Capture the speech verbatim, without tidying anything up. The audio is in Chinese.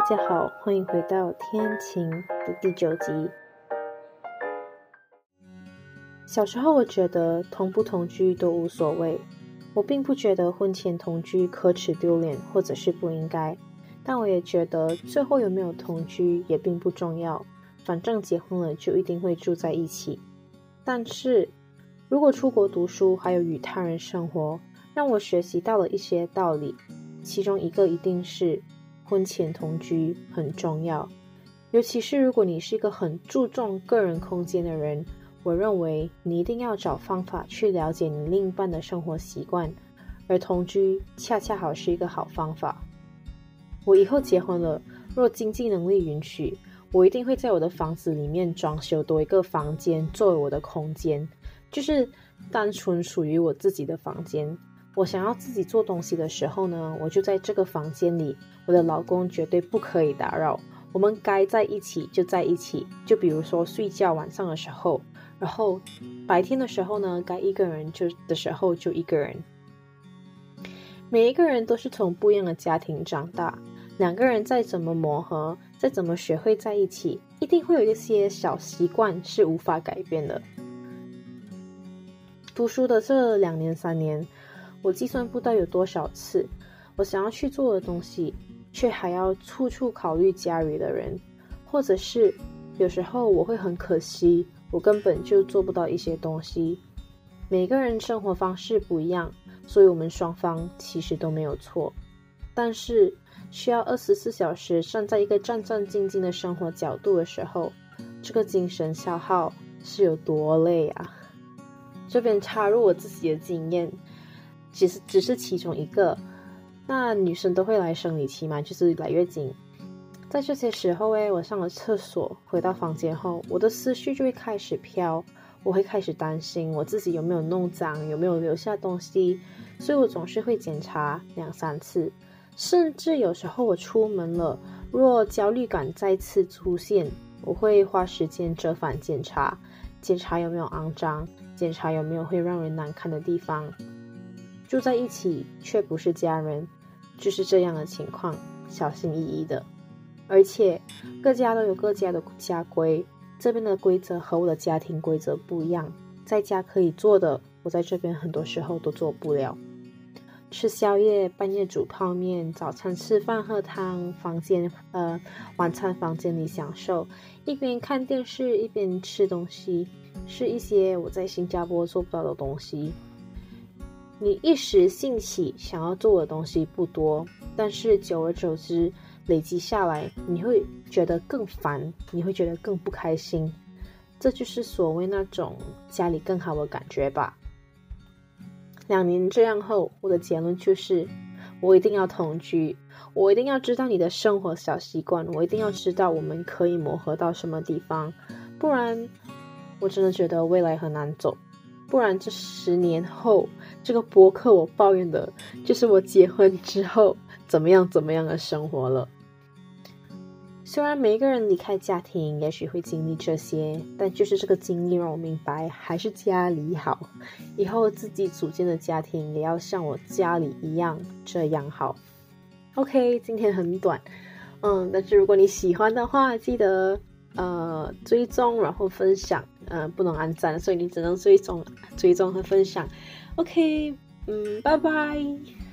家好，欢迎回到天晴的第九集。小时候我觉得同不同居都无所谓，我并不觉得婚前同居可耻丢脸或者是不应该，但我也觉得最后有没有同居也并不重要，反正结婚了就一定会住在一起。但是如果出国读书还有与他人生活，让我学习到了一些道理，其中一个一定是婚前同居很重要，尤其是如果你是一个很注重个人空间的人，我认为你一定要找方法去了解你另一半的生活习惯，而同居恰恰好是一个好方法。我以后结婚了，若经济能力允许，我一定会在我的房子里面装修多一个房间作为我的空间，就是单纯属于我自己的房间。我想要自己做东西的时候呢，我就在这个房间里，我的老公绝对不可以打扰，我们该在一起就在一起，就比如说睡觉晚上的时候，然后白天的时候呢，该一个人就的时候就一个人。每一个人都是从不一样的家庭长大，两个人再怎么磨合，再怎么学会在一起，一定会有一些小习惯是无法改变的。读书的这两年三年，我计算不到有多少次，我想要去做的东西，却还要处处考虑家里的人，或者是有时候我会很可惜，我根本就做不到一些东西。每个人生活方式不一样，所以我们双方其实都没有错。但是需要二十四小时站在一个战战兢兢的生活角度的时候，这个精神消耗是有多累啊！这边插入我自己的经验，只是只是其中一个。那女生都会来生理期嘛，就是来月经。在这些时候诶，我上了厕所，回到房间后，我的思绪就会开始飘，我会开始担心我自己有没有弄脏，有没有留下东西，所以我总是会检查两三次。甚至有时候我出门了，若焦虑感再次出现，我会花时间折返检查，检查有没有肮脏，检查有没有会让人难看的地方。住在一起却不是家人，就是这样的情况，小心翼翼的。而且各家都有各家的家规，这边的规则和我的家庭规则不一样，在家可以做的，我在这边很多时候都做不了。吃宵夜，半夜煮泡面，早餐吃饭喝汤，房间呃晚餐房间里享受，一边看电视一边吃东西，是一些我在新加坡做不到的东西。你一时兴起想要做的东西不多，但是久而久之累积下来，你会觉得更烦，你会觉得更不开心，这就是所谓那种家里更好的感觉吧。两年这样后，我的结论就是我一定要同居，我一定要知道你的生活小习惯，我一定要知道我们可以磨合到什么地方，不然我真的觉得未来很难走。不然这十年后，这个播客我抱怨的就是我结婚之后怎么样怎么样的生活了。虽然每一个人离开家庭也许会经历这些，但就是这个经历让我明白，还是家里好，以后自己组建的家庭也要像我家里一样这样好。 OK， 今天很短，嗯，但是如果你喜欢的话，记得呃追踪然后分享，呃不能按赞，所以你只能追踪追踪和分享。 OK， 嗯，拜拜。